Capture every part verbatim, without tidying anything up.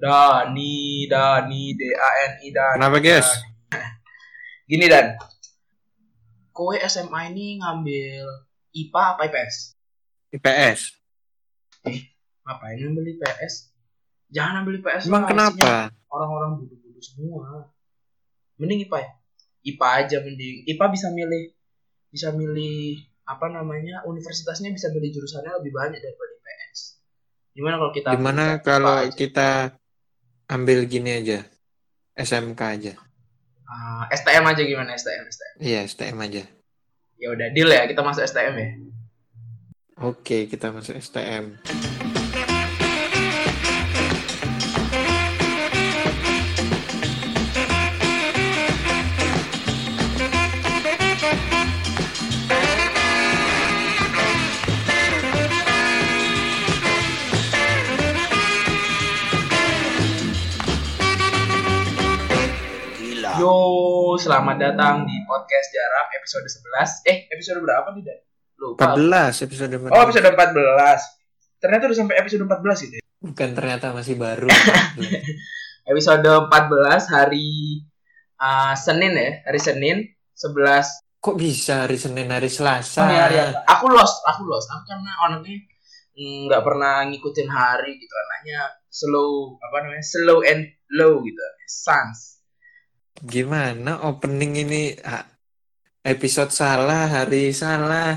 Dani, Dani, D A N I, Dani. Kenapa guys? Gini Dan, kowe S M A ini ngambil I P A apa I P S? I P S. Eh, ngapain ngambil I P S? Jangan ambil I P S. Emang kenapa? Orang-orang bodoh-bodoh semua. Mending I P A. I P A aja mending. I P A bisa milih, bisa milih apa namanya, universitasnya bisa milih jurusannya lebih banyak daripada I P S. Gimana kalau kita? Gimana kalau kita ambil gini aja, S M K aja. Uh, S T M aja gimana S T M? S T M. Iya S T M aja. Ya udah deal ya, kita masuk S T M ya. Oke, kita masuk S T M. Yo, selamat datang di podcast Jarak episode sebelas. Eh, episode berapa nih, Dan? Lupa. empat belas episode empat belas. Oh, episode empat belas. Ternyata udah sampai episode empat belas itu. Bukan, ternyata masih baru. Episode empat belas hari uh, Senin ya, hari Senin sebelas. Kok bisa hari Senin, hari Selasa? Oh, ya, hari apa? Aku lost, aku lost. Aku karena anaknya nggak pernah ngikutin hari gitu. Anaknya slow, apa namanya? Slow and low gitu. Sans. Gimana opening ini, episode salah, hari salah.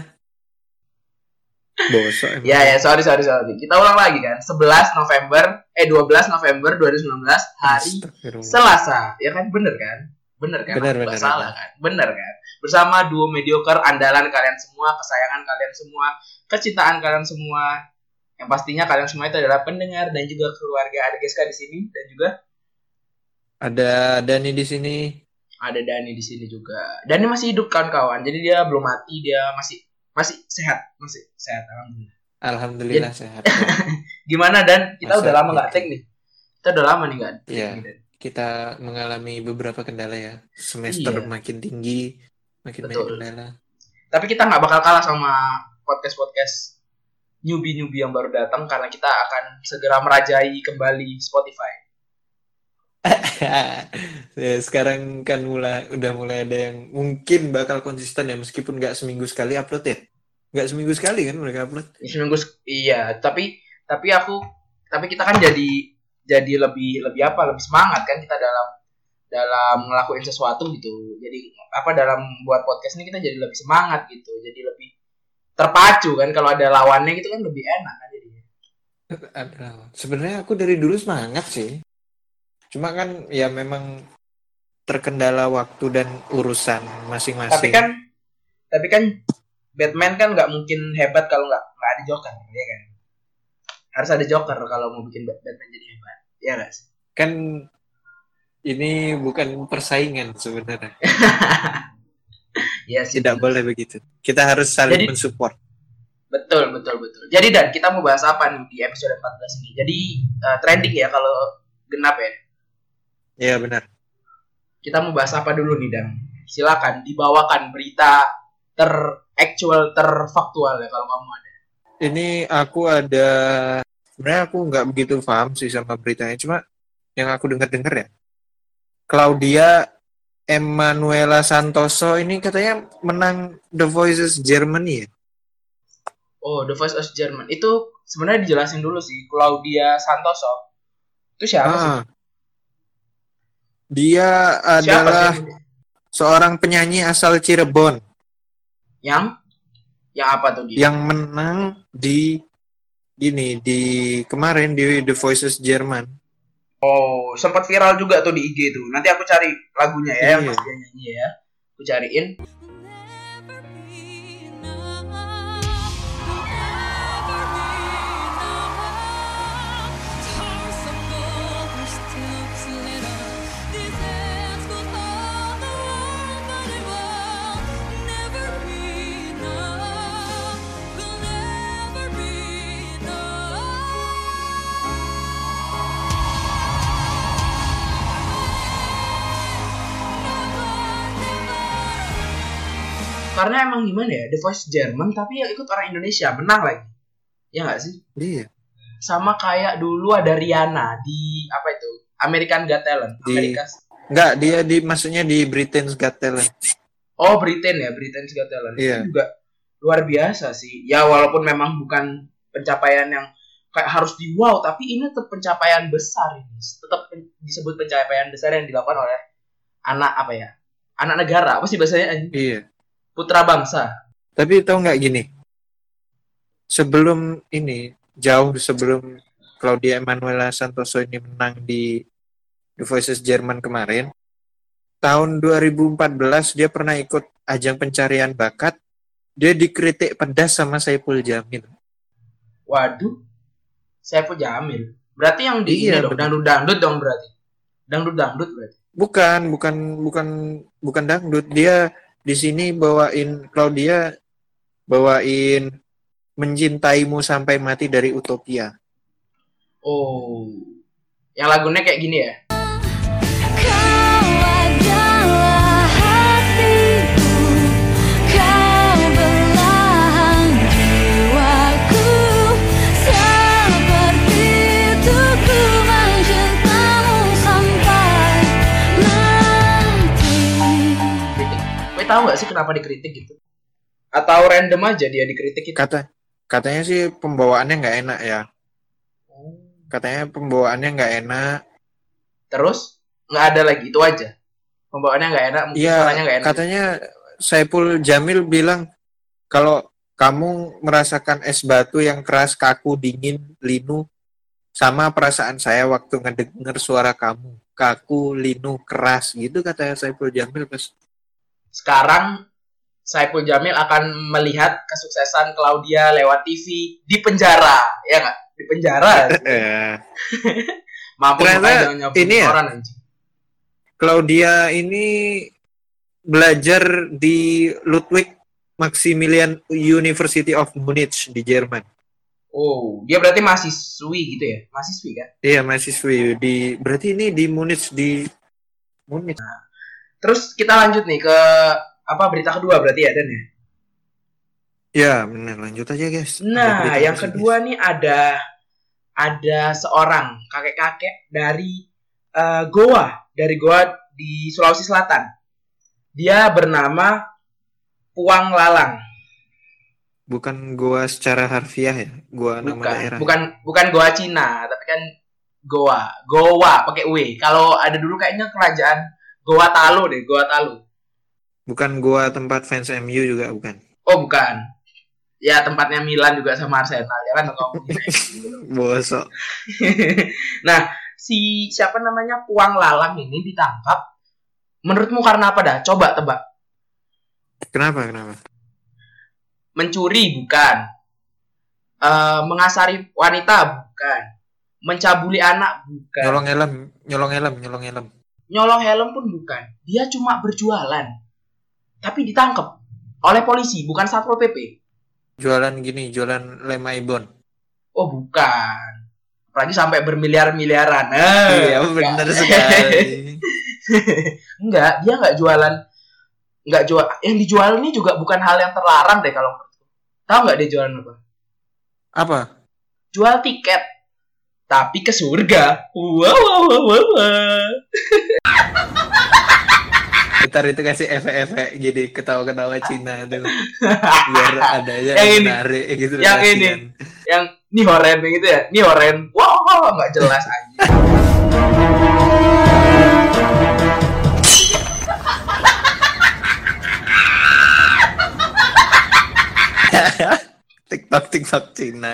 Bosok emang. Ya ya, sorry sorry sorry. Kita ulang lagi kan. sebelas November, eh dua belas November dua ribu sembilan belas hari Selasa. Ya kan, bener kan? Bener kan? Bener, bener, salah bener. kan? Bener kan? Bersama duo mediocre andalan kalian semua, kesayangan kalian semua, kecintaan kalian semua. Yang pastinya kalian semua itu adalah pendengar dan juga keluarga. Ada Geska di sini dan juga ada Dani di sini. Ada Dani di sini juga. Dani masih hidup kawan-kawan. Jadi dia belum mati, dia masih masih sehat, masih sehat alhamdulillah. Alhamdulillah Jadi, sehat. Gimana Dan? Kita Masa udah lama enggak take nih. Kita udah lama nih kan. Iya. Kita mengalami beberapa kendala ya. Semester iya. makin tinggi, makin Betul. banyak kendala. Tapi kita nggak bakal kalah sama podcast-podcast newbie-newbie yang baru datang karena kita akan segera merajai kembali Spotify. Ya, sekarang kan mulai udah mulai ada yang mungkin bakal konsisten ya, meskipun nggak seminggu sekali upload ya. Nggak seminggu sekali kan mereka upload. Seminggu iya, tapi tapi aku tapi kita kan jadi jadi lebih lebih apa lebih semangat kan kita dalam dalam ngelakuin sesuatu gitu. Jadi apa dalam buat podcast ini kita jadi lebih semangat gitu. Jadi lebih terpacu kan, kalau ada lawannya gitu kan lebih enak kan jadinya. Sebenarnya aku dari dulu semangat sih. Cuma kan ya memang terkendala waktu dan urusan masing-masing. Tapi kan tapi kan Batman kan nggak mungkin hebat kalau nggak nggak ada Joker, ya kan? Harus ada Joker kalau mau bikin Batman jadi hebat, ya nggak sih? Kan ini bukan persaingan sebenarnya. Ya sih. Tidak boleh begitu. Kita harus saling jadi, mensupport. Betul betul betul. Jadi Dan, kita mau bahas apa nih di episode empat belas ini? Jadi uh, trending ya kalau genap ya. Iya benar. Kita mau bahas apa dulu nih Dan? Silakan dibawakan berita ter-actual, ter-faktual ya kalau kamu ada. Ini aku ada, sebenarnya aku nggak begitu paham sih sama beritanya. Cuma yang aku dengar-dengar ya, Claudia Emanuela Santoso ini katanya menang The Voices Germany ya. Oh, The Voice of Germany. Itu sebenarnya dijelasin dulu sih, Claudia Santoso. Itu siapa ah. sih? Dia adalah seorang penyanyi asal Cirebon. Yang? Yang apa tuh dia? Yang menang di gini di kemarin di The Voices Jerman. Oh, sempat viral juga tuh di I G tuh. Nanti aku cari lagunya ya, iya. Yang pas dia nyanyi ya. Aku cariin. Karena emang gimana ya, The Voice Jerman tapi yang ikut orang Indonesia, menang lagi. Ya nggak sih? Iya. sama kayak dulu ada Rihanna di apa itu? American Got Talent. Di Amerika. Enggak, dia di maksudnya di Britain's Got Talent. Oh, Britain ya, Britain's Got Talent. Iya. Itu juga luar biasa sih. Ya walaupun memang bukan pencapaian yang kayak harus di wow, tapi ini tetap pencapaian besar ini. Tetap pen- disebut pencapaian besar yang dilakukan oleh anak apa ya? Anak negara, apa sih bahasanya? Iya. Putra bangsa. Tapi tau nggak gini? Sebelum ini, jauh sebelum Claudia Emanuela Santoso ini menang di The Voices Jerman kemarin, tahun dua ribu empat belas dia pernah ikut ajang pencarian bakat. Dia dikritik pedas sama Saipul Jamil. Waduh, Saipul Jamil. Berarti yang di Iya, ini dong, bener. dangdut-dangdut dong berarti. Dangdut-dangdut berarti. Bukan, bukan, bukan, bukan dangdut. Dia di sini bawain Claudia, bawain Mencintaimu Sampai Mati dari Utopia. Oh, yang lagunya kayak gini ya? Kau adalah hatiku, kau belahan jiwaku, seperti itu ku mencintamu sampai mati. Kritik. Gue tahu gak sih kenapa dikritik gitu? Atau random aja dia dikritik gitu? Kata, katanya sih pembawaannya nggak enak ya. Katanya pembawaannya nggak enak. Terus nggak ada lagi itu aja. Pembawaannya nggak enak, mungkin Iya, suaranya nggak enak. katanya Saipul Jamil bilang kalau kamu merasakan es batu yang keras, kaku, dingin, linu, sama perasaan saya waktu ngedenger suara kamu, kaku, linu, keras, gitu katanya Saipul Jamil pas. Sekarang Saipul Jamil akan melihat kesuksesan Claudia lewat T V di penjara, ya nggak? Di penjara. Mampu Ternyata makanya ini ya, orang anjing. Claudia ini belajar di Ludwig Maximilian University of Munich di Jerman. Oh, dia berarti mahasiswi gitu ya? Mahasiswi kan? Iya, mahasiswi di berarti ini di Munich di Munich. Terus kita lanjut nih ke apa berita kedua berarti ya Dan ya? Ya, benar. Lanjut aja, guys. Ada Nah, berita yang apa sih, kedua guys? nih ada ada seorang kakek-kakek dari eh, Goa, dari Goa di Sulawesi Selatan. Dia bernama Puang Lalang. Bukan Goa secara harfiah ya, Goa nama Bukan, daerah. bukan bukan Goa Cina, tapi kan Goa. Goa pakai W. Kalau ada dulu kayaknya kerajaan Goa Talo deh, Goa Talo. Bukan Goa tempat fans M U juga bukan. Oh, bukan. Ya tempatnya Milan juga sama Arsenal, jangan ngomongin gitu. Bosok. Nah, si siapa namanya Puang Lalang ini ditangkap. Menurutmu karena apa dah? Coba tebak. Kenapa? Kenapa? Mencuri bukan. Eh, mengasari wanita bukan. Mencabuli anak bukan. Nyolong helm, nyolong helm, nyolong helm. Nyolong helm pun bukan. Dia cuma berjualan. Tapi ditangkap oleh polisi, bukan Satpol P P. Jualan gini, jualan lem Ibon. Oh, bukan. Apalagi sampai bermiliar-miliaran. Eh, Iya, benar sekali. Enggak, dia enggak jualan. Enggak jual. Yang dijual ini juga bukan hal yang terlarang deh kalau menurutku. Tahu enggak dia jualan apa? Apa? Jual tiket. Tapi ke surga. Wow, wow, wow, wow, wow. Ntar itu kasih efek-efek jadi ketawa-ketawa Cina tuh. Biar ada aja Yang ini. menarik gitu. Yang kasihan. ini. Yang ini horen gitu ya. Ini horen. Wow, enggak jelas aja. TikTok TikTok Cina.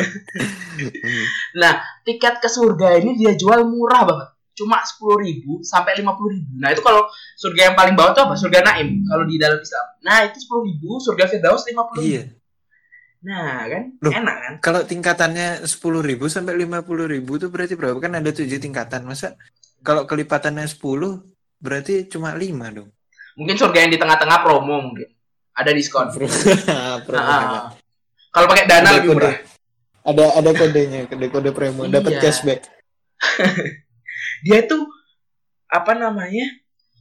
Nah, tiket ke surga ini dia jual murah banget. Cuma sepuluh ribu sampai lima puluh ribu. Nah, itu kalau surga yang paling bawah itu apa? Surga Naim kalau di dalam Islam. Nah, itu sepuluh ribu, surga Firdaus lima puluh ribu. Iya. Nah, kan Loh, enak kan? kalau tingkatannya sepuluh ribu sampai lima puluh ribu itu berarti berapa? Kan ada tujuh tingkatan. Masa kalau kelipatannya sepuluh berarti cuma lima dong? Mungkin surga yang di tengah-tengah promo mungkin. Ada diskon. Nah, kalau pakai Dana Ada lebih kode. murah. Ada ada kodenya, kode kode premo, dapat Iya. cashback. Dia tuh apa namanya?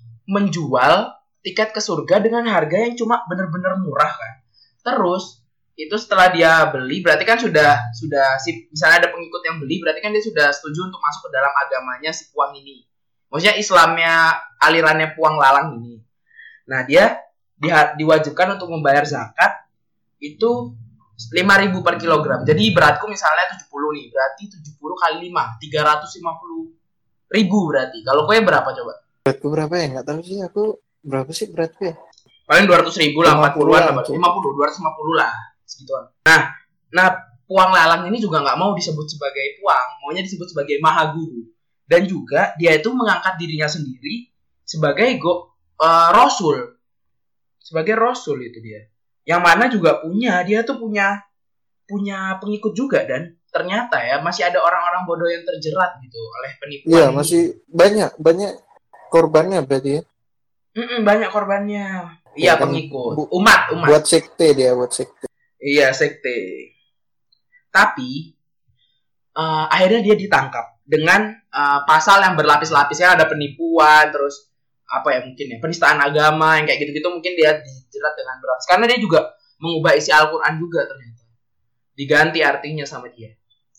Menjual tiket ke surga dengan harga yang cuma bener-bener murah kan. Terus itu setelah dia beli berarti kan sudah sudah si misalnya ada pengikut yang beli berarti kan dia sudah setuju untuk masuk ke dalam agamanya si Puang ini. Maksudnya Islamnya alirannya Puang Lalang ini. Nah, dia di, diwajibkan untuk membayar zakat itu lima ribu per kilogram. Jadi beratku misalnya tujuh puluh nih, berarti tujuh puluh kali lima, tiga ratus lima puluh ribu berarti. Kalau kowe berapa coba? Beratku berapa ya? Enggak tahu sih aku berapa sih beratku ya? Paling dua ratus ribu lah, empat puluhan lah, Langsung. lima puluh, dua ratus lima puluh lah, segituan. Nah, nah Puang Lalang ini juga nggak mau disebut sebagai Puang, maunya disebut sebagai Maha Guru. Dan juga dia itu mengangkat dirinya sendiri sebagai go, uh, Rasul. Sebagai Rasul itu dia. Yang mana juga punya, dia tuh punya punya pengikut juga dan ternyata ya masih ada orang-orang bodoh yang terjerat gitu oleh penipuan. Iya, ini. masih banyak banyak korbannya berarti ya. Mm-mm, banyak korbannya. Ya, Iya kan, pengikut, bu- umat, umat. Buat sekte dia, buat sekte. Iya sekte. Tapi uh, akhirnya dia ditangkap dengan uh, pasal yang berlapis-lapisnya ada penipuan, terus apa ya mungkin ya penistaan agama yang kayak gitu-gitu mungkin dia dijerat dengan berlapis. Karena dia juga mengubah isi Al-Quran juga ternyata. Diganti artinya sama dia.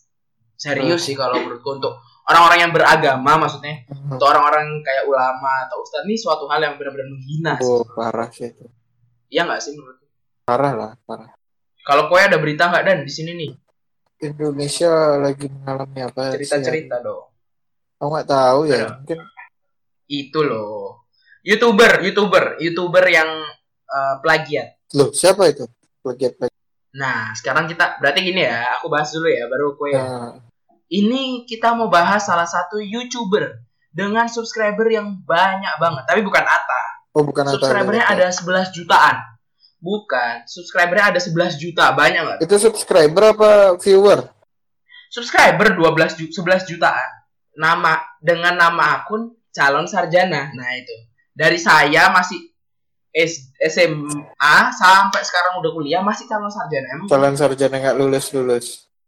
Serius sih kalau menurutku untuk orang-orang yang beragama maksudnya Hmm. untuk orang-orang kayak ulama atau ustadz ini suatu hal yang benar-benar menghina sih. Oh, parah sih itu. Iya nggak sih menurutku? Parah lah, parah. Kalau kowe ada berita nggak Dan di sini nih Indonesia lagi mengalami apa sih? cerita-cerita dong. Aku nggak tahu ya. Ada. Mungkin Itu loh. YouTuber, YouTuber, YouTuber yang uh, plagiat. loh, siapa itu? Plagiat plagiat. Nah, sekarang kita berarti gini ya, aku bahas dulu ya baru kowe. ya. Nah, Ini kita mau bahas salah satu YouTuber dengan subscriber yang banyak banget, tapi bukan Atta. oh bukan Atta Subscribernya Halilintar. ada sebelas jutaan. Bukan, subscribernya ada sebelas juta, banyak nggak? Itu subscriber apa viewer? Subscriber dua belas ju- sebelas jutaan. Nama dengan nama akun calon sarjana. Nah, itu. Dari saya masih S- SMA sampai sekarang udah kuliah masih calon sarjana. Emang Calon sarjana nggak lulus lulus.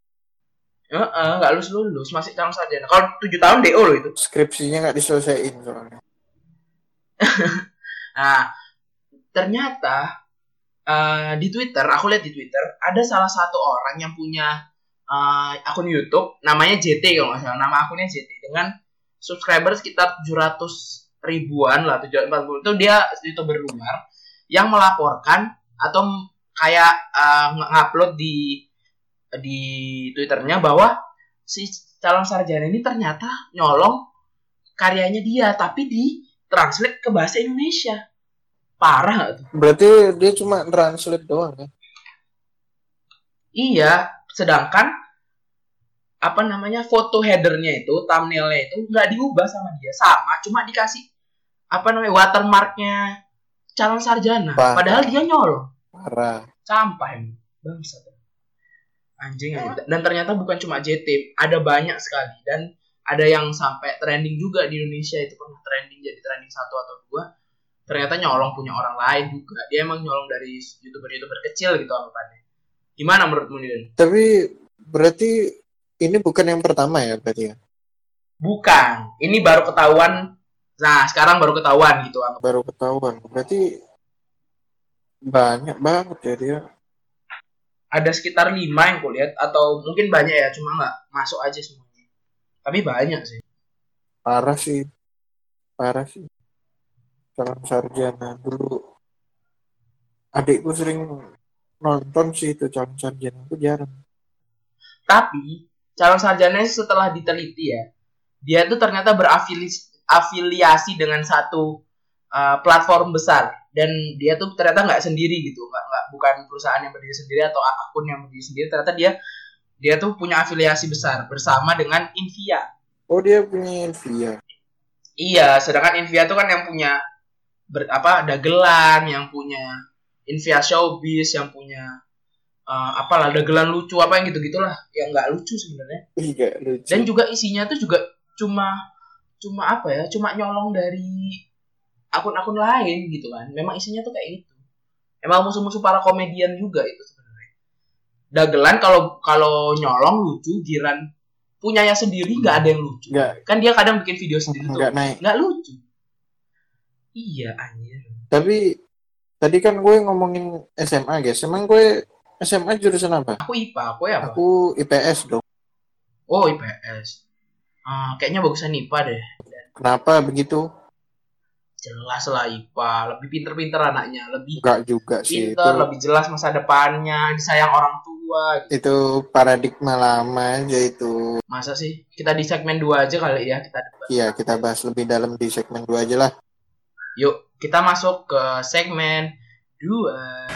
Heeh, nggak lulus lulus masih calon sarjana. Kalau tujuh tahun D O loh itu. Skripsinya nggak diselesaiin soalnya. Nah, ternyata eh, di Twitter, aku lihat di Twitter ada salah satu orang yang punya eh, akun YouTube namanya J T kalau nggak salah. Nama akunnya J T dengan subscriber sekitar tujuh ratus ribuan lah, tujuh ratus empat puluh itu dia YouTuber luar yang melaporkan atau m- kayak eh, nge- ngupload di di Twitternya bahwa si calon sarjana ini ternyata nyolong karyanya dia tapi di translate ke bahasa Indonesia. Parah nggak tuh? Berarti dia cuma translate doang kan? Iya, sedangkan apa namanya foto headernya itu, thumbnailnya itu nggak diubah sama dia, sama, cuma dikasih apa namanya watermarknya calon sarjana. Parah. Padahal dia nyolong, Parah. sampah emang, bangsat. Anjing aja. Dan ternyata bukan cuma J T, ada banyak sekali dan ada yang sampai trending juga di Indonesia itu pernah trending jadi trending satu atau dua. Ternyata nyolong punya orang lain juga. Dia emang nyolong dari youtuber-youtuber kecil gitu anggapannya. Gimana menurutmu nih Dan? Tapi berarti ini bukan yang pertama ya berarti ya? Bukan. Ini baru ketahuan. Nah, sekarang baru ketahuan gitu. Anggap. Baru ketahuan. Berarti banyak banget ya dia. Ada sekitar lima yang kulihat. Atau mungkin banyak ya. Cuma nggak masuk aja semuanya. Tapi banyak sih. Parah sih. Parah sih. Calon sarjana dulu. Adikku sering nonton sih itu calon sarjana. Aku jarang. Tapi, calon sarjana setelah diteliti ya. Dia tuh ternyata berafiliasi dengan satu uh, platform besar. Dan dia tuh ternyata nggak sendiri gitu. Nggak, nggak, bukan perusahaan yang berdiri sendiri atau akun yang berdiri sendiri. Ternyata dia dia tuh punya afiliasi besar bersama dengan Invia. Oh dia punya Invia. Iya, sedangkan Invia tuh kan yang punya ber, apa dagelan, yang punya Invia Showbiz, yang punya uh, apalah dagelan lucu apa yang gitu-gitulah, yang nggak lucu sebenarnya. Iya lucu. Dan juga isinya tuh juga cuma cuma apa ya, cuma nyolong dari akun-akun lain gitu kan. Memang isinya tuh kayak gitu. Emang musuh-musuh para komedian juga itu sebenarnya. Dagelan kalau kalau nyolong lucu, giran punyanya sendiri nggak ada yang lucu. Nggak. Kan dia kadang bikin video sendiri tuh Nggak naik. nggak lucu. Iya anjir. Tapi tadi kan gue ngomongin S M A guys. Emang gue S M A jurusan apa? Aku I P A, aku ya apa? Aku I P S dong. Oh, I P S. Ah, kayaknya bagusan I P A deh. Kenapa begitu? Jelas lah I P A, lebih pinter-pinter anaknya, lebih Enggak juga sih itu. pinter, lebih jelas masa depannya, disayang orang tua. Gitu. Itu paradigma lama aja itu. Masa sih? Kita di segmen dua aja kali ya, kita debat. Iya, kita bahas lebih dalam di segmen dua aja lah. Yuk, kita masuk ke segmen dua.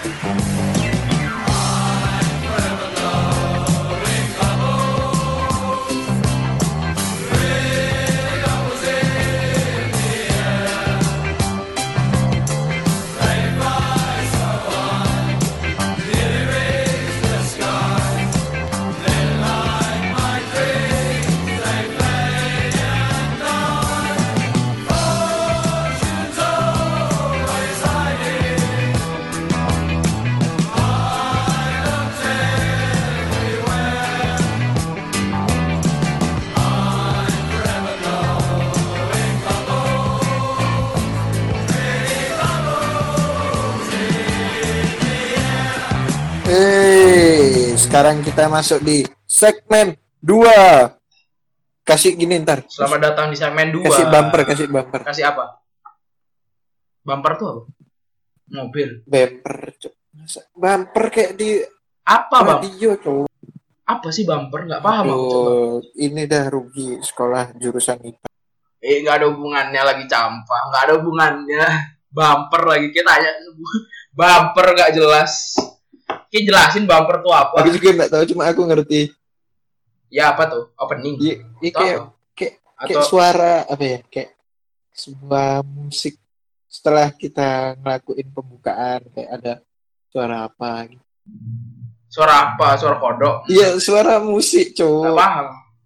Eh, sekarang kita masuk di segmen dua. Kasih gini ntar. Selamat datang di segmen dua. Kasih bumper, kasih bumper. Kasih apa? Bumper tuh apa? Mobil. Bumper. Cok. Masa Bumper kayak di Apa, Bang? radio, cowok. Apa sih bumper? Nggak paham aku coba. Aduh, ini dah rugi sekolah jurusan I P A. Eh, nggak ada hubungannya lagi campah. Nggak ada hubungannya. Bumper lagi. Kita tanya. Bumper nggak jelas. Kita jelasin bumper tuh apa. Aku juga nggak tahu, cuma aku ngerti. Ya apa tuh? Opening. Iya, iya, Atau kayak apa? kayak, kayak Atau suara apa ya? Kayak sebuah musik setelah kita ngelakuin pembukaan, kayak ada suara apa gitu. suara apa? Suara kodok. Iya, suara musik, Nggak cowok. paham.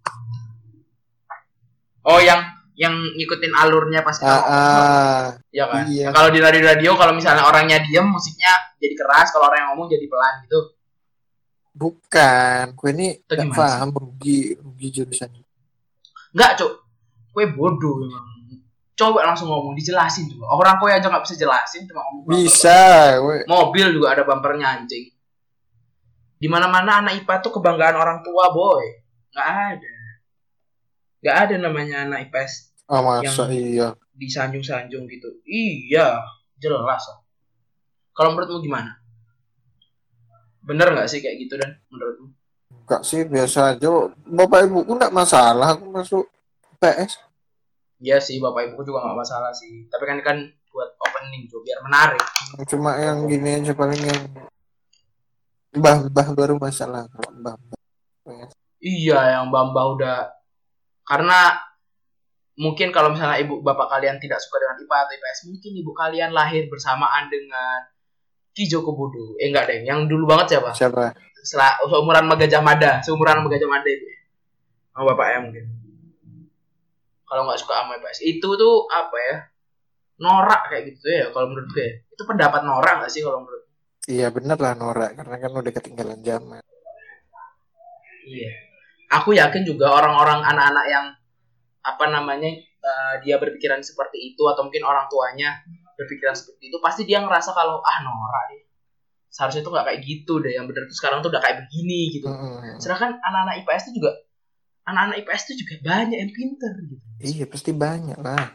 Oh, yang yang ngikutin alurnya pas kita Ah, ngomong. ah. Iya kan? Iya. Nah, kalau di radio-radio kalau misalnya orangnya diem musiknya jadi keras, kalau orang yang ngomong jadi pelan gitu. Bukan, gue ini Itu nggak gimana paham rugi rugi jurusan ini. Enggak, Cuk. Kue bodoh memang. Coba langsung ngomong, dijelasin juga. Orang kue aja nggak bisa jelasin, cuma ngomong bumper. Bisa, gue. Mobil juga ada bumpernya anjing. Di mana-mana anak I P A tuh kebanggaan orang tua, boy. Nggak ada. Nggak ada namanya anak I P S Oh, masa Yang- iya. disanjung-sanjung gitu. Iya, jelas lah. Kalau menurutmu gimana? Bener nggak sih kayak gitu dan menurutmu? Enggak sih, biasa aja. Bapak ibuku enggak masalah aku masuk P S. Iya sih, bapak ibuku juga nggak masalah sih. Tapi kan kan buat opening tuh biar menarik. Cuma yang gini aja paling yang mbah-mbah baru masalah. Kalau mbah-mbah. Iya, yang Bamba udah karena mungkin kalau misalnya ibu bapak kalian tidak suka dengan I P A atau I P S, mungkin ibu kalian lahir bersamaan dengan Ki Joko Bodo. Eh enggak deh, yang dulu banget siapa? Siapa? Setelah seumuran sama Gajah Mada, seumuran sama Gajah Mada itu. Sama bapaknya mungkin. Kalau nggak suka sama I P S, itu tuh apa ya? Norak kayak gitu ya kalau menurut gue. Itu pendapat norak nggak sih kalau menurut? Iya bener lah norak, karena kan udah ketinggalan zaman. Iya. Aku yakin juga orang-orang anak-anak yang apa namanya uh, dia berpikiran seperti itu atau mungkin orang tuanya berpikiran seperti itu pasti dia ngerasa kalau ah norak deh. Seharusnya tuh nggak kayak gitu deh. Yang benar tuh sekarang tuh udah kayak begini gitu. Mm-mm. Sedangkan anak-anak I P S tuh juga anak-anak I P S tuh juga banyak yang pinter gitu. Iya pasti banyak lah.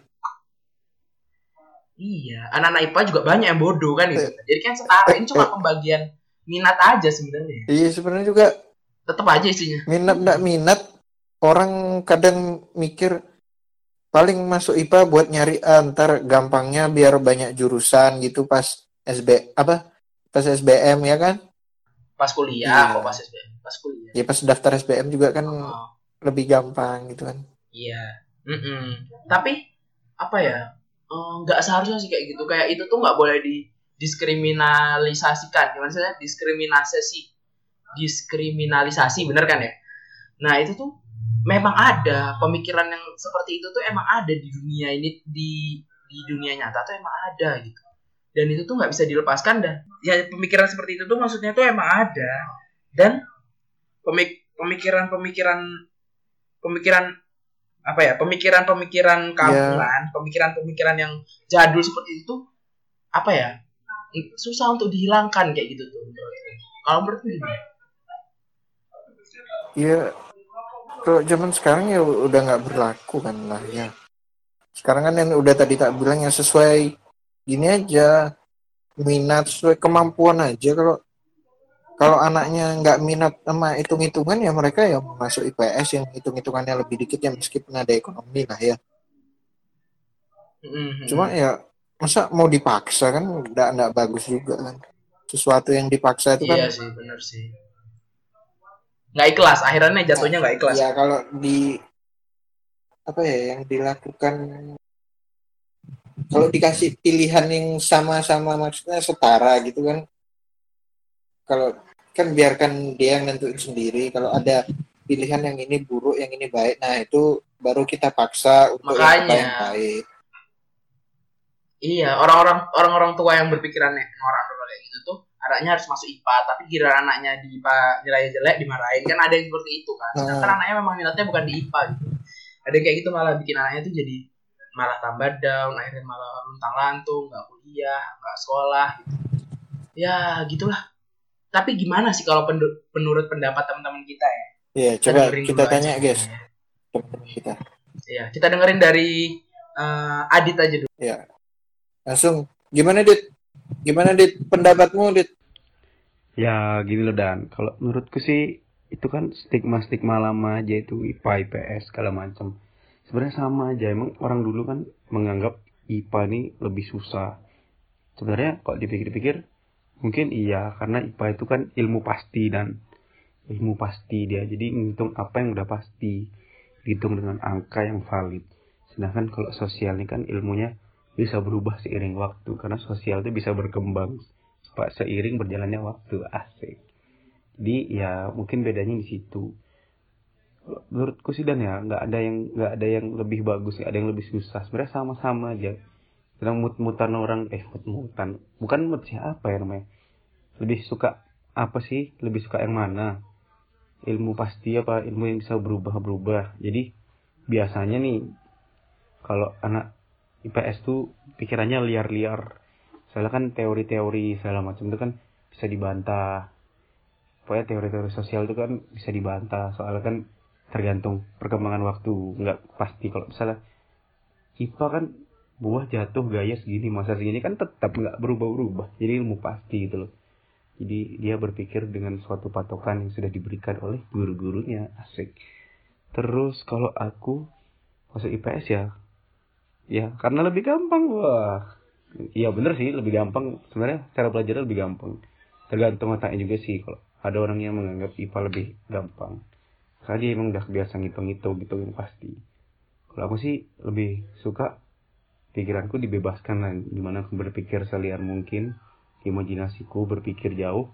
Iya, anak-anak I P A juga banyak yang bodoh kan gitu. Jadi kan setara ini cuma pembagian minat aja sebenarnya. Iya sebenarnya juga Tetap aja isinya. minat nggak minat, orang kadang mikir paling masuk I P A buat nyari antar gampangnya biar banyak jurusan gitu pas S B apa pas S B M ya kan? Pas kuliah, Iya. kok pas S B M, pas kuliah. Ya pas daftar S B M juga kan Oh, lebih gampang gitu kan. iya. Mm-mm. Tapi apa ya? eh, Nggak seharusnya sih kayak gitu. Kayak itu tuh nggak boleh didiskriminalisasikan. Gimana sih? Diskriminasi, diskriminalisasi, bener kan ya? Nah itu tuh memang ada pemikiran yang seperti itu tuh emang ada di dunia ini di di dunia nyata tuh emang ada gitu. Dan itu tuh nggak bisa dilepaskan dah. Ya pemikiran seperti itu tuh maksudnya tuh emang ada. Dan pemik- pemikiran-pemikiran pemikiran apa ya? Pemikiran-pemikiran kampungan, pemikiran-pemikiran yang jadul seperti itu tuh apa ya? Susah untuk dihilangkan kayak gitu tuh. menurutku. Kalau menurut lu gimana? Ya kalau zaman sekarang ya udah nggak berlaku kan lah ya. Sekarang kan yang udah tadi tak bilang yang sesuai gini aja, minat sesuai kemampuan aja. Kalau kalau anaknya nggak minat sama hitung-hitungan ya mereka ya masuk I P S yang hitung-hitungannya lebih dikit ya meskipun ada ekonomi lah ya. Mm-hmm. Cuma ya masa mau dipaksa kan nggak nggak bagus juga kan. Sesuatu yang dipaksa itu Iya kan sih, benar sih. Nggak ikhlas, akhirnya jatuhnya nggak ikhlas. ya kalau di apa ya yang dilakukan kalau dikasih pilihan yang sama-sama maksudnya setara gitu kan, kalau kan biarkan dia yang nentuin sendiri. Kalau ada pilihan yang ini buruk yang ini baik, nah itu baru kita paksa untuk yang Makanya. yang baik. Iya, orang-orang orang-orang tua yang berpikirannya norak-norak kayak gitu tuh anaknya harus masuk I P A, tapi kira anaknya di I P A nilainya jelek dimarahin, kan ada yang seperti itu kan. Sedangkan Nah. anaknya memang minatnya bukan di I P A gitu. Ada yang kayak gitu malah bikin anaknya tuh jadi malah tambah down, akhirnya malah luntang-lantung, nggak kuliah, nggak sekolah gitu. Ya gitulah. Tapi gimana sih kalau pendu- menurut pendapat teman-teman kita ya? Iya, Kita coba dengerin kita dulu tanya aja. guys. Teman-teman kita. Iya, kita dengerin dari eh, Adit aja dulu. Ya. Langsung gimana Dit? Gimana Dit pendapatmu Dit? Ya gini loh Dan, kalau menurutku sih itu kan stigma-stigma lama aja itu I P A, I P S segala macam. Sebenarnya sama aja, emang orang dulu kan menganggap I P A ini lebih susah. Sebenarnya kalau dipikir-pikir mungkin iya, karena I P A itu kan ilmu pasti dan ilmu pasti dia. Jadi ngitung apa yang udah pasti, dihitung dengan angka yang valid. Sedangkan kalau sosial ini kan ilmunya bisa berubah seiring waktu, karena sosial itu bisa berkembang Pak seiring berjalannya waktu. Asik. Jadi ya mungkin bedanya di situ. Menurutku sih Dan ya nggak ada yang nggak ada yang lebih bagus, nggak ada yang lebih susah. Sebenarnya sama-sama aja. Sedang mut-mutan orang eh mut-mutan bukan mut siapa ya namanya. Lebih suka apa sih? Lebih suka yang mana? Ilmu pasti apa ilmu yang bisa berubah-berubah. Jadi biasanya nih kalau anak I P S tuh pikirannya liar-liar. Soalnya kan teori-teori segala macam itu kan bisa dibantah. Pokoknya teori-teori sosial itu kan bisa dibantah. Soalnya kan tergantung perkembangan waktu. Nggak pasti. Kalau misalnya I P A kan buah jatuh gaya segini, masa segini kan tetap nggak berubah-berubah. Jadi ilmu pasti gitu loh. Jadi dia berpikir dengan suatu patokan yang sudah diberikan oleh guru-gurunya. Asik. Terus kalau aku masuk I P S ya, ya karena lebih gampang. Wah, iya bener sih lebih gampang. Sebenarnya cara belajar lebih gampang. Tergantung otaknya juga sih. Kalau ada orang yang menganggap I P A lebih gampang, karena dia emang udah biasa ngitung-ngitung gitu yang pasti. Kalau aku sih lebih suka pikiranku dibebaskan lah, gimana aku berpikir seliar mungkin, imajinasiku berpikir jauh.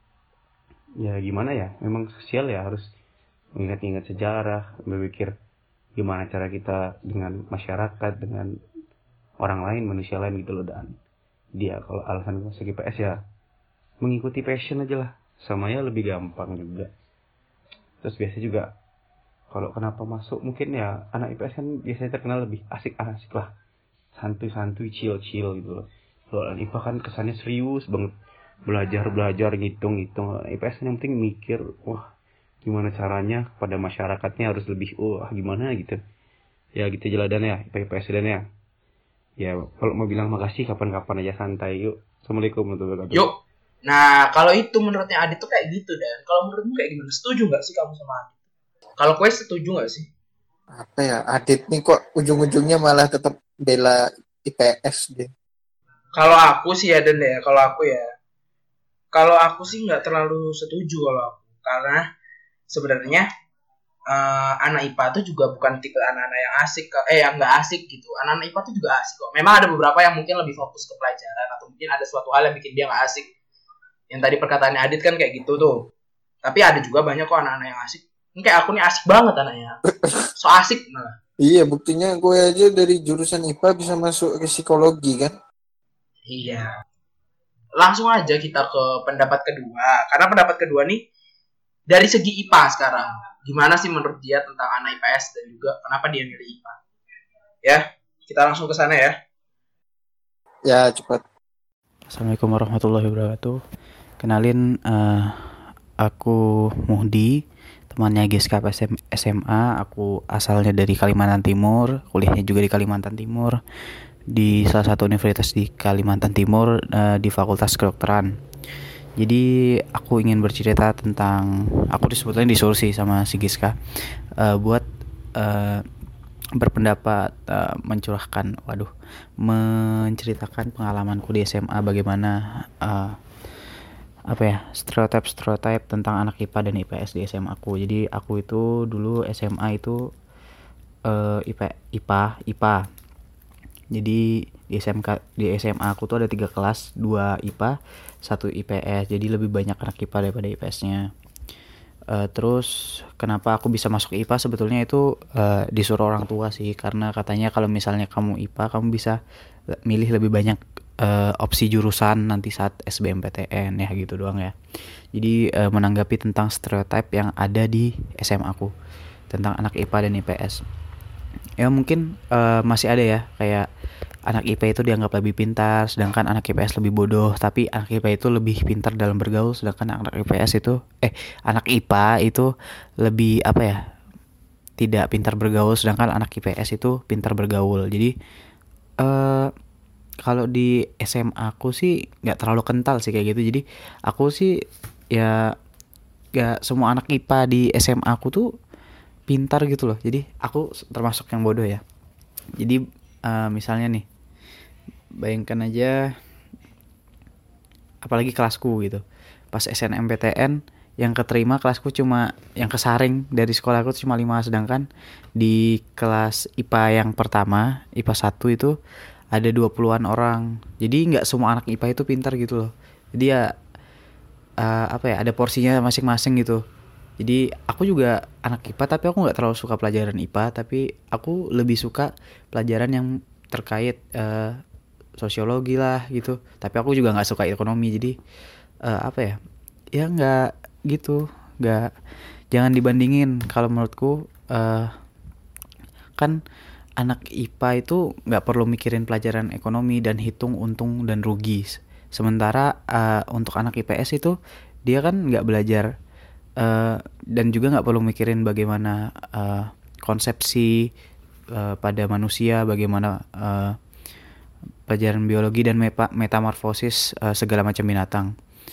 Ya gimana ya, memang sosial ya harus mengingat-ingat sejarah, berpikir gimana cara kita dengan masyarakat, dengan orang lain, manusia lain gitu loh. Dan dia kalau alasan masuk I P S ya mengikuti passion aja lah, samanya lebih gampang juga. Terus biasa juga kalau kenapa masuk mungkin ya anak I P S kan biasanya terkenal lebih asik-asik lah, santuy-santuy, chill-chill gitu loh. Kalau anak I P A kan kesannya serius banget, belajar-belajar, ngitung-ngitung. I P S yang penting mikir, wah gimana caranya pada masyarakatnya harus lebih, wah gimana gitu. Ya gitu jeladan ya, I P S dan ya. Ya kalau mau bilang makasih kapan-kapan aja, santai yuk. Assalamualaikum warahmatullahi wabarakatuh. Yuk. Nah, kalau itu menurutnya Adit tuh kayak gitu Dan. Kalau menurutmu kayak gimana? Setuju nggak sih kamu sama Adit? Kalau kue setuju nggak sih? Apa ya Adit nih kok ujung-ujungnya malah tetap bela I P S deh. Kalau aku sih ya Dan ya, kalau aku ya, kalau aku sih nggak terlalu setuju kalau aku, karena sebenarnya uh, anak I P A tuh juga bukan tipe anak-anak yang asik, eh yang nggak asik gitu. Anak-anak I P A tuh juga asik kok. Memang ada beberapa yang mungkin lebih fokus ke pelajaran atau mungkin ada suatu hal yang bikin dia nggak asik. Yang tadi perkataannya Adit kan kayak gitu tuh. Tapi ada juga banyak kok anak-anak yang asik. Ini kayak aku nih asik banget anaknya. So asik malah. Iya, buktinya gue aja dari jurusan I P A bisa masuk ke psikologi kan. Iya. Langsung aja kita ke pendapat kedua. Karena pendapat kedua nih dari segi I P A sekarang. Gimana sih menurut dia tentang anak I P S dan juga kenapa dia milih I P A? Ya, kita langsung ke sana ya. Ya, cepat. Assalamualaikum warahmatullahi wabarakatuh. Kenalin, eh, aku Muhdi, temannya Giska pas S M A. Aku asalnya dari Kalimantan Timur, kuliahnya juga di Kalimantan Timur, di salah satu universitas di Kalimantan Timur, eh, di Fakultas Kedokteran. Jadi aku ingin bercerita tentang, aku sebetulnya disuruh sih sama si Giska eh, buat eh, berpendapat, eh, mencurahkan, waduh, menceritakan pengalamanku di S M A, bagaimana eh, apa ya, stereotip-stereotip tentang anak I P A dan I P S di S M A aku. Jadi aku itu dulu S M A itu eh, I P, I P A, I P A. Jadi di S M K, di S M A aku tuh ada tiga kelas, dua I P A, satu I P S. Jadi lebih banyak anak I P A daripada I P S-nya. Uh, terus kenapa aku bisa masuk I P A, sebetulnya itu uh, disuruh orang tua sih, karena katanya kalau misalnya kamu I P A kamu bisa milih lebih banyak uh, opsi jurusan nanti saat S B M P T N, ya gitu doang ya. Jadi uh, menanggapi tentang stereotip yang ada di S M A aku tentang anak I P A dan I P S. Ya mungkin uh, masih ada ya, kayak anak I P A itu dianggap lebih pintar, sedangkan anak I P S lebih bodoh. Tapi anak I P A itu lebih pintar dalam bergaul, sedangkan anak I P S itu eh anak I P A itu lebih apa ya, tidak pintar bergaul, sedangkan anak I P S itu pintar bergaul. Jadi eh kalau di S M A aku sih nggak terlalu kental sih kayak gitu. Jadi aku sih ya gak semua anak I P A di S M A aku tuh pintar gitu loh. Jadi aku termasuk yang bodoh ya. Jadi uh, misalnya nih, bayangkan aja, apalagi kelasku gitu, pas S N M P T N yang keterima kelasku cuma, yang kesaring dari sekolahku cuma lima, sedangkan di kelas I P A yang pertama, I P A satu itu ada dua puluhan orang. Jadi gak semua anak I P A itu pintar gitu loh. Jadi ya uh, apa ya, ada porsinya masing-masing gitu. Jadi aku juga anak I P A, tapi aku gak terlalu suka pelajaran I P A, tapi aku lebih suka pelajaran yang terkait uh, sosiologi lah gitu. Tapi aku juga gak suka ekonomi. Jadi uh, apa ya, ya gak gitu, gak, jangan dibandingin. Kalau menurutku uh, kan anak I P A itu gak perlu mikirin pelajaran ekonomi dan hitung untung dan rugi. Sementara uh, untuk anak I P S itu dia kan gak belajar Uh, dan juga nggak perlu mikirin bagaimana uh, konsepsi uh, pada manusia, bagaimana uh, pelajaran biologi dan mepa- metamorfosis uh, segala macam binatang.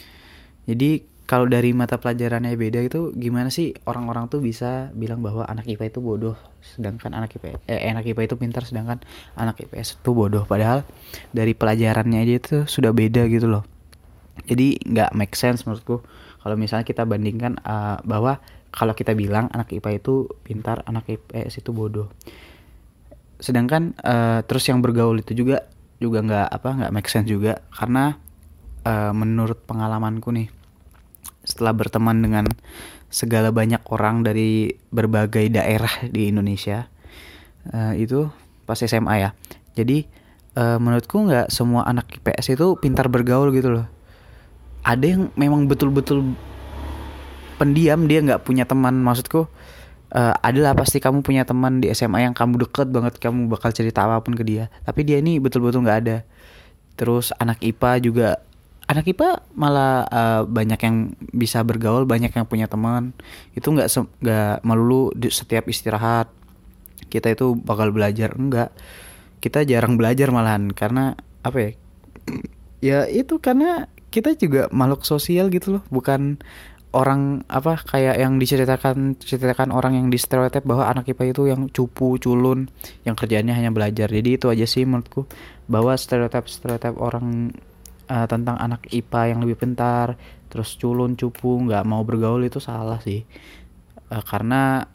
Jadi kalau dari mata pelajarannya beda itu, gimana sih orang-orang tuh bisa bilang bahwa anak I P A itu bodoh, sedangkan anak I P S, eh, anak I P A itu pintar, sedangkan anak I P S itu bodoh. Padahal dari pelajarannya aja itu sudah beda gitu loh. Jadi nggak make sense menurutku kalau misalnya kita bandingkan uh, bahwa kalau kita bilang anak I P A itu pintar, anak I P S itu bodoh. Sedangkan uh, terus yang bergaul itu juga juga nggak apa nggak make sense juga, karena uh, menurut pengalamanku nih, setelah berteman dengan segala banyak orang dari berbagai daerah di Indonesia, uh, itu pas S M A ya. Jadi uh, menurutku nggak semua anak I P S itu pintar bergaul gitu loh. Ada yang memang betul-betul pendiam, dia nggak punya teman. Maksudku uh, adalah pasti kamu punya teman di S M A yang kamu deket banget, kamu bakal cerita apapun ke dia. Tapi dia ini betul-betul nggak ada. Terus anak I P A juga, anak I P A malah uh, banyak yang bisa bergaul, banyak yang punya teman. Itu nggak nggak melulu di setiap istirahat kita itu bakal belajar, enggak. Kita jarang belajar malahan, karena apa ya? Ya itu karena kita juga makhluk sosial gitu loh, bukan orang apa kayak yang diceritakan ceritakan orang yang di stereotip bahwa anak I P A itu yang cupu, culun, yang kerjaannya hanya belajar. Jadi itu aja sih menurutku, bahwa stereotip-stereotip orang uh, tentang anak I P A yang lebih pintar, terus culun, cupu, nggak mau bergaul, itu salah sih. Uh, karena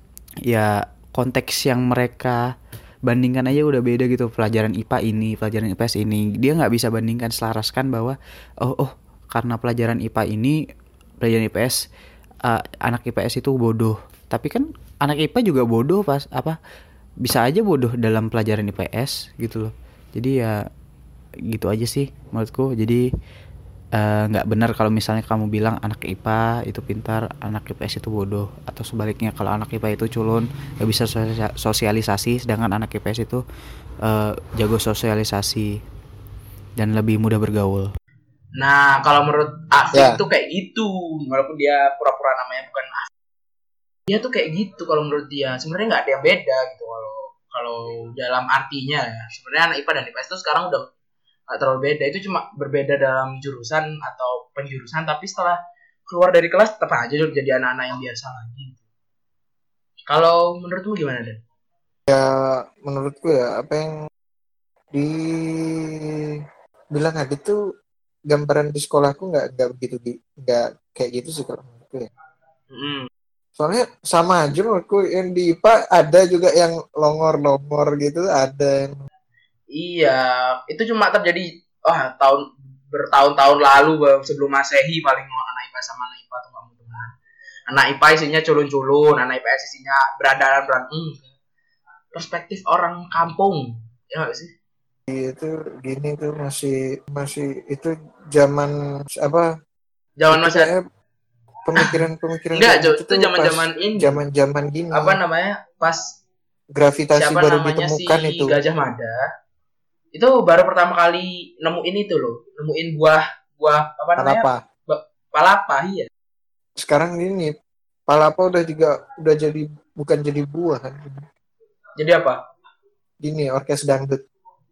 ya konteks yang mereka bandingkan aja udah beda gitu. Pelajaran I P A ini, pelajaran I P S ini, dia nggak bisa bandingkan, selaraskan bahwa oh oh karena pelajaran I P A ini, pelajaran I P S, uh, anak I P S itu bodoh. Tapi kan anak I P A juga bodoh pas apa, bisa aja bodoh dalam pelajaran I P S gitu loh. Jadi ya gitu aja sih menurutku. Jadi nggak uh, benar kalau misalnya kamu bilang anak I P A itu pintar, anak I P S itu bodoh, atau sebaliknya kalau anak I P A itu culun, nggak bisa sosialisasi, sedangkan anak I P S itu uh, jago sosialisasi dan lebih mudah bergaul. Nah, kalau menurut Afif Ya. itu kayak gitu, walaupun dia pura-pura namanya bukan Afif. Dia tuh kayak gitu kalau menurut dia. Sebenarnya nggak ada yang beda gitu kalau kalau dalam artinya ya. Sebenarnya anak I P A dan I P S itu sekarang udah nggak terlalu beda. Itu cuma berbeda dalam jurusan atau penjurusan, tapi setelah keluar dari kelas tetap aja jadi anak-anak yang biasa lagi. Kalau menurutmu gimana, Dan? Menurutku ya apa yang dibilang Adit tuh gambaran di sekolahku nggak nggak begitu di nggak kayak gitu sih kalau menurutku ya. Hmm. Soalnya sama aja menurutku yang di I P A ada juga yang longor-longor gitu, ada yang Iya, itu cuma terjadi wah tahun bertahun-tahun lalu Bang, sebelum Masehi paling anak I P S sama anak I P A tuh nggak mau temenan. Anak I P A isinya culun-culun, anak I P S isinya beradaran berantem. Perspektif orang kampung, ya nggak sih? itu gini tuh masih masih itu zaman apa? Zaman Itu masa kayaknya pemikiran-pemikiran enggak, kayak Jo, gitu itu tuh zaman-zaman pas ini. zaman-zaman gini. Apa namanya? Pas Gravitasi siapa baru namanya si ditemukan itu. Gajah Mada. Itu baru pertama kali nemuin itu loh, nemuin buah buah apa namanya? Palapa. Ba- palapa, iya. Sekarang gini, palapa udah juga udah jadi bukan jadi buah kan. Jadi apa? Gini, orkes dangdut.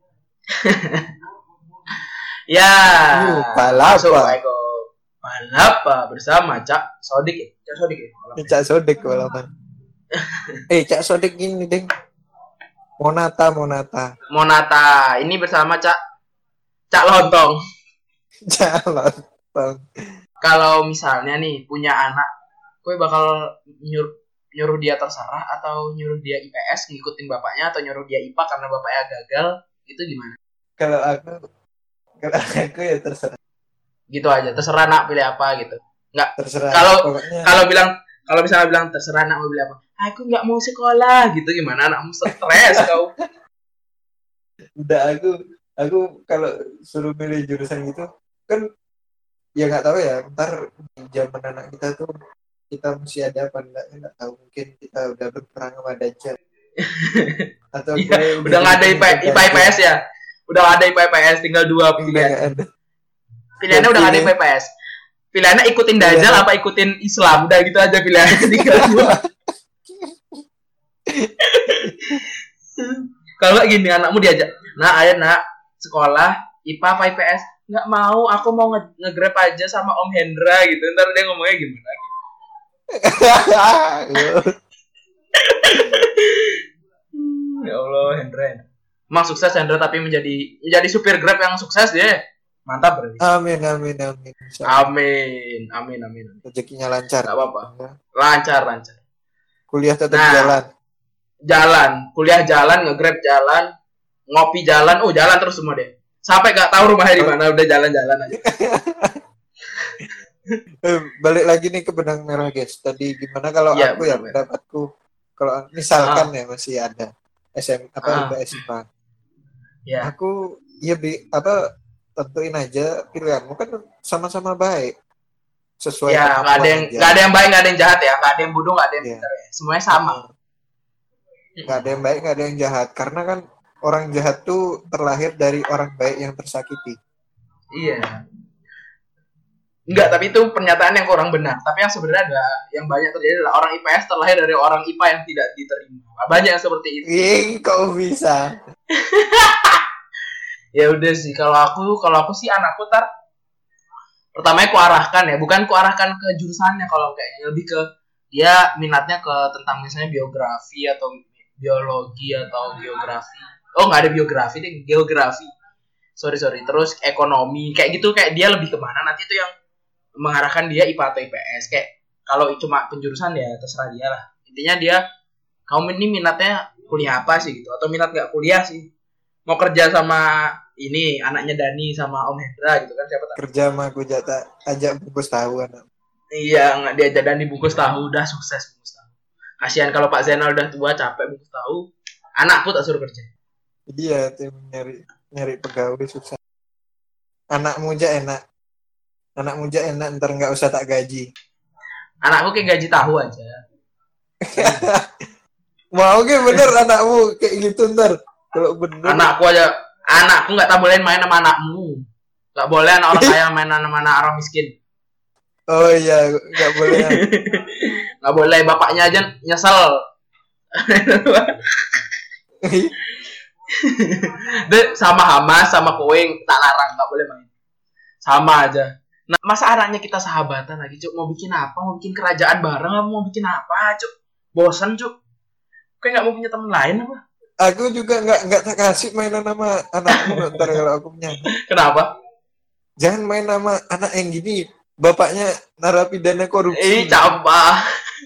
Ya, Uh, palapa. masuk Eko. Palapa bersama Cak Sodik ya? Cak Sodik ya? Ini Cak Sodik walaupun. eh, Cak Sodik gini, Deng. Monata, Monata. Monata, ini bersama Cak Cak Lontong. Cak Lontong. Kalau misalnya nih punya anak, gue bakal nyuruh nyuruh dia terserah atau nyuruh dia I P S ngikutin bapaknya atau nyuruh dia I P A karena bapaknya gagal, itu gimana? Kalau aku kalau aku ya terserah. Gitu aja, terserah nak pilih apa gitu. Nggak, Terserah. Kalau- pokoknya kalau bilang kalau misalnya bilang terserah nak mau pilih apa, aku nggak mau sekolah gitu, gimana anakmu stres kau? udah aku aku kalau suruh milih jurusan gitu kan ya nggak tahu ya, ntar di zaman anak kita tuh kita masih ada apa enggak, nggak tahu, mungkin kita udah berperang sama Dajjal atau Iya, gue udah nggak ada I P I P A I P S ya, udah nggak ada I P A I P S, tinggal dua udah pilihan. nggak ada. Pilihannya udah nggak ada I P A I P S. Pilihannya ikutin Dajjal apa ikutin Islam, udah gitu aja pilihannya tinggal dua. Kalau nggak gini, anakmu diajak, nah ayo nak sekolah I P A apa I P S? Nggak mau, aku mau nge- nge-grab aja sama Om Hendra gitu. Ntar dia ngomongnya gimana? Hmm, ya Allah, Hendra. Emang sukses Hendra, tapi menjadi menjadi supir Grab yang sukses dia. Mantap berarti. amin amin amin. Insya Allah. Amin, amin, amin. Rezekinya lancar. Nggak apa-apa. Lancar, lancar. Kuliah tetap Nah. jalan. Jalan, kuliah jalan, nge-grab jalan, ngopi jalan, oh jalan terus semua deh. Sampai nggak tahu rumahnya di mana, udah jalan-jalan aja. Eh, balik lagi nih ke benang merah guys. Tadi gimana kalau Iya, aku ya benang merah. pendapatku, kalau misalkan ya masih ada S M apa Ah. I P S I P A, Ya, aku ya bi apa tentuin aja pilihanmu kan sama-sama baik sesuai ya nggak ada yang kemampuan nggak ada yang baik, nggak ada yang jahat ya, nggak ada yang bodoh, nggak ada yang Iya. pintar ya, semuanya sama. Nggak ada yang baik, nggak ada yang jahat, karena kan orang jahat tuh terlahir dari orang baik yang tersakiti. Iya. Enggak, tapi itu pernyataan yang kurang benar. Tapi yang sebenarnya ada yang banyak terjadi adalah orang I P S terlahir dari orang I P A yang tidak diterima. Banyak yang seperti itu. Ih, kok bisa? Ya udah sih, kalau aku kalau aku sih anakku tar pertamanya ku arahkan ya, bukan ku arahkan ke jurusannya, kalau kayaknya lebih ke dia minatnya ke tentang misalnya biografi atau biologi atau geografi. Oh, nggak ada biografi deh, geografi. Sorry sorry. Terus ekonomi kayak gitu, kayak dia lebih kemana nanti itu yang mengarahkan dia I P A atau I P S. Kayak kalau cuma penjurusan ya terserah dia lah. Intinya dia kamu ini minatnya kuliah apa sih gitu, atau minat nggak kuliah sih, mau kerja sama ini anaknya Dani sama Om Hendra gitu kan, siapa tahu. Kerja mah gue jatah ajak bungkus tahu anak. Iya, nggak diajak Dani bungkus tahu, udah sukses bungkus tahu. Kasihan kalau Pak Zainal udah tua capek bungkus tahu, anakku tak suruh kerja. Iya, tim nyari nyari pegawai susah. Anak muda enak. Anak muda enak, ntar nggak usah tak gaji. Anakku kayak gaji tahu aja. Mau ke bener anakmu kayak gitu ntar. Kalau bener. Anakku aja, anakku nggak tak bolehin main sama anakmu. Gak boleh anak orang kaya main sama anak orang miskin. Oh iya, nggak boleh. Gak boleh, bapaknya aja nyesel. Deh, sama Hamas sama Koeng tak larang, gak boleh main. Sama aja. Nah, masa anaknya kita sahabatan lagi, Cuk? Mau bikin apa? Mau bikin kerajaan bareng apa mau bikin apa, Cuk? Bosan, Cuk. Kayak gak mau punya teman lain apa? Aku juga nggak nggak tak kasih mainan sama anakmu ntar kalau aku punya. Kenapa? Jangan main sama anak yang gini. Bapaknya narapidana korupsi. Eh, campah.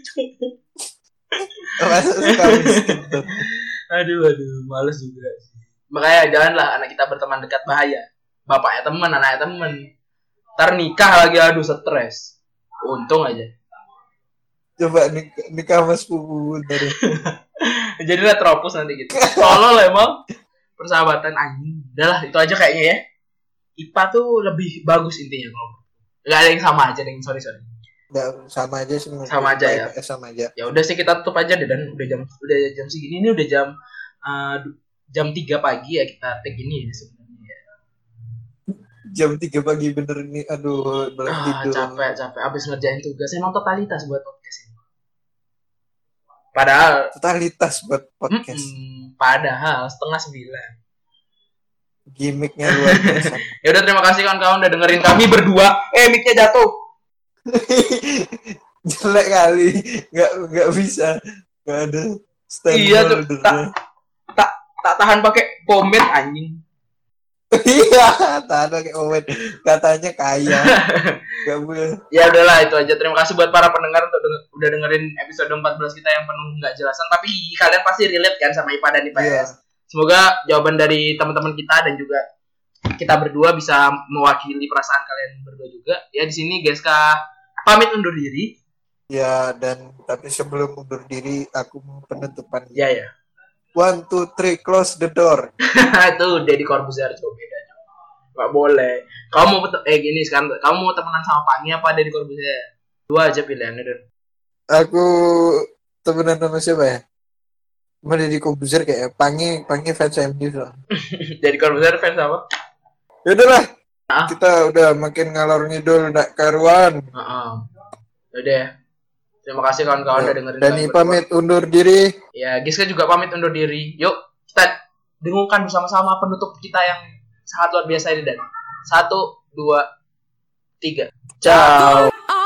Masa suka miskin tuh. Aduh, aduh, males juga sih. Makanya janganlah anak kita berteman dekat, bahaya. Bapaknya teman, anaknya teman. Ntar nikah lagi, aduh stres. Untung aja. Coba nikah, nikah sama sepupu ntar. Jadilah tropus nanti gitu. Tolol emang. Persahabatan anjing. Udahlah, itu aja kayaknya ya. I P A tuh lebih bagus intinya kalau. Gak ada yang sama aja, yang sorry sorry. Nggak, sama aja sih. Sama aja ya. I P S sama aja. Ya udah sih kita tutup aja deh, dan udah jam udah jam segini, ini udah jam uh, jam tiga pagi ya kita take ini ya sebenarnya ya. Jam tiga pagi bener ini. Aduh, belum Ah, tidur. capek capek abis ngerjain tugas. Emang totalitas buat podcast ini. Padahal Totalitas buat podcast. mm-mm, padahal setengah sembilan. Gimiknya luar biasa. Ya udah, terima kasih kawan-kawan udah dengerin kami berdua. Eh, mic-nya jatuh. Jelek kali. Nggak nggak bisa. Nggak ada stand Iya tuh, holdernya. tak tak tak tahan pakai pomade anjing. Iya, tahan pakai oven. Katanya kaya. Gak boleh. Ya udahlah, itu aja. Terima kasih buat para pendengar untuk denger- udah dengerin episode empat belas kita yang penuh nggak jelasan, tapi kalian pasti relate kan sama I P A dan I P S. Iya. Semoga jawaban dari teman-teman kita dan juga kita berdua bisa mewakili perasaan kalian berdua juga. Ya di sini Geska pamit undur diri. Ya, dan tapi sebelum undur diri, aku mau penutupan. Ya ya. One, two, three, close the door. Itu Deddy Corbuzier coba beda. Gak boleh. Kamu mau pet- eh gini sekarang, kamu mau temenan sama Pangi apa Deddy Corbuzier? Dua aja pilihannya dan. Aku temenan sama siapa ya? Sama Deddy Corbuzier kayak Pangi, Pangi fans M U soalnya. Deddy Corbuzier fans apa? Ya udahlah. Ah. Kita udah makin ngalor ngidul ndak karuan. Heeh. Udah ya. Terima kasih kawan-kawan udah dengerin. Dan kami ini berdua. pamit undur diri. Ya, Giska juga pamit undur diri. Yuk, kita dengungkan bersama-sama penutup kita yang sangat luar biasa ini dan satu, dua, tiga. Ciao.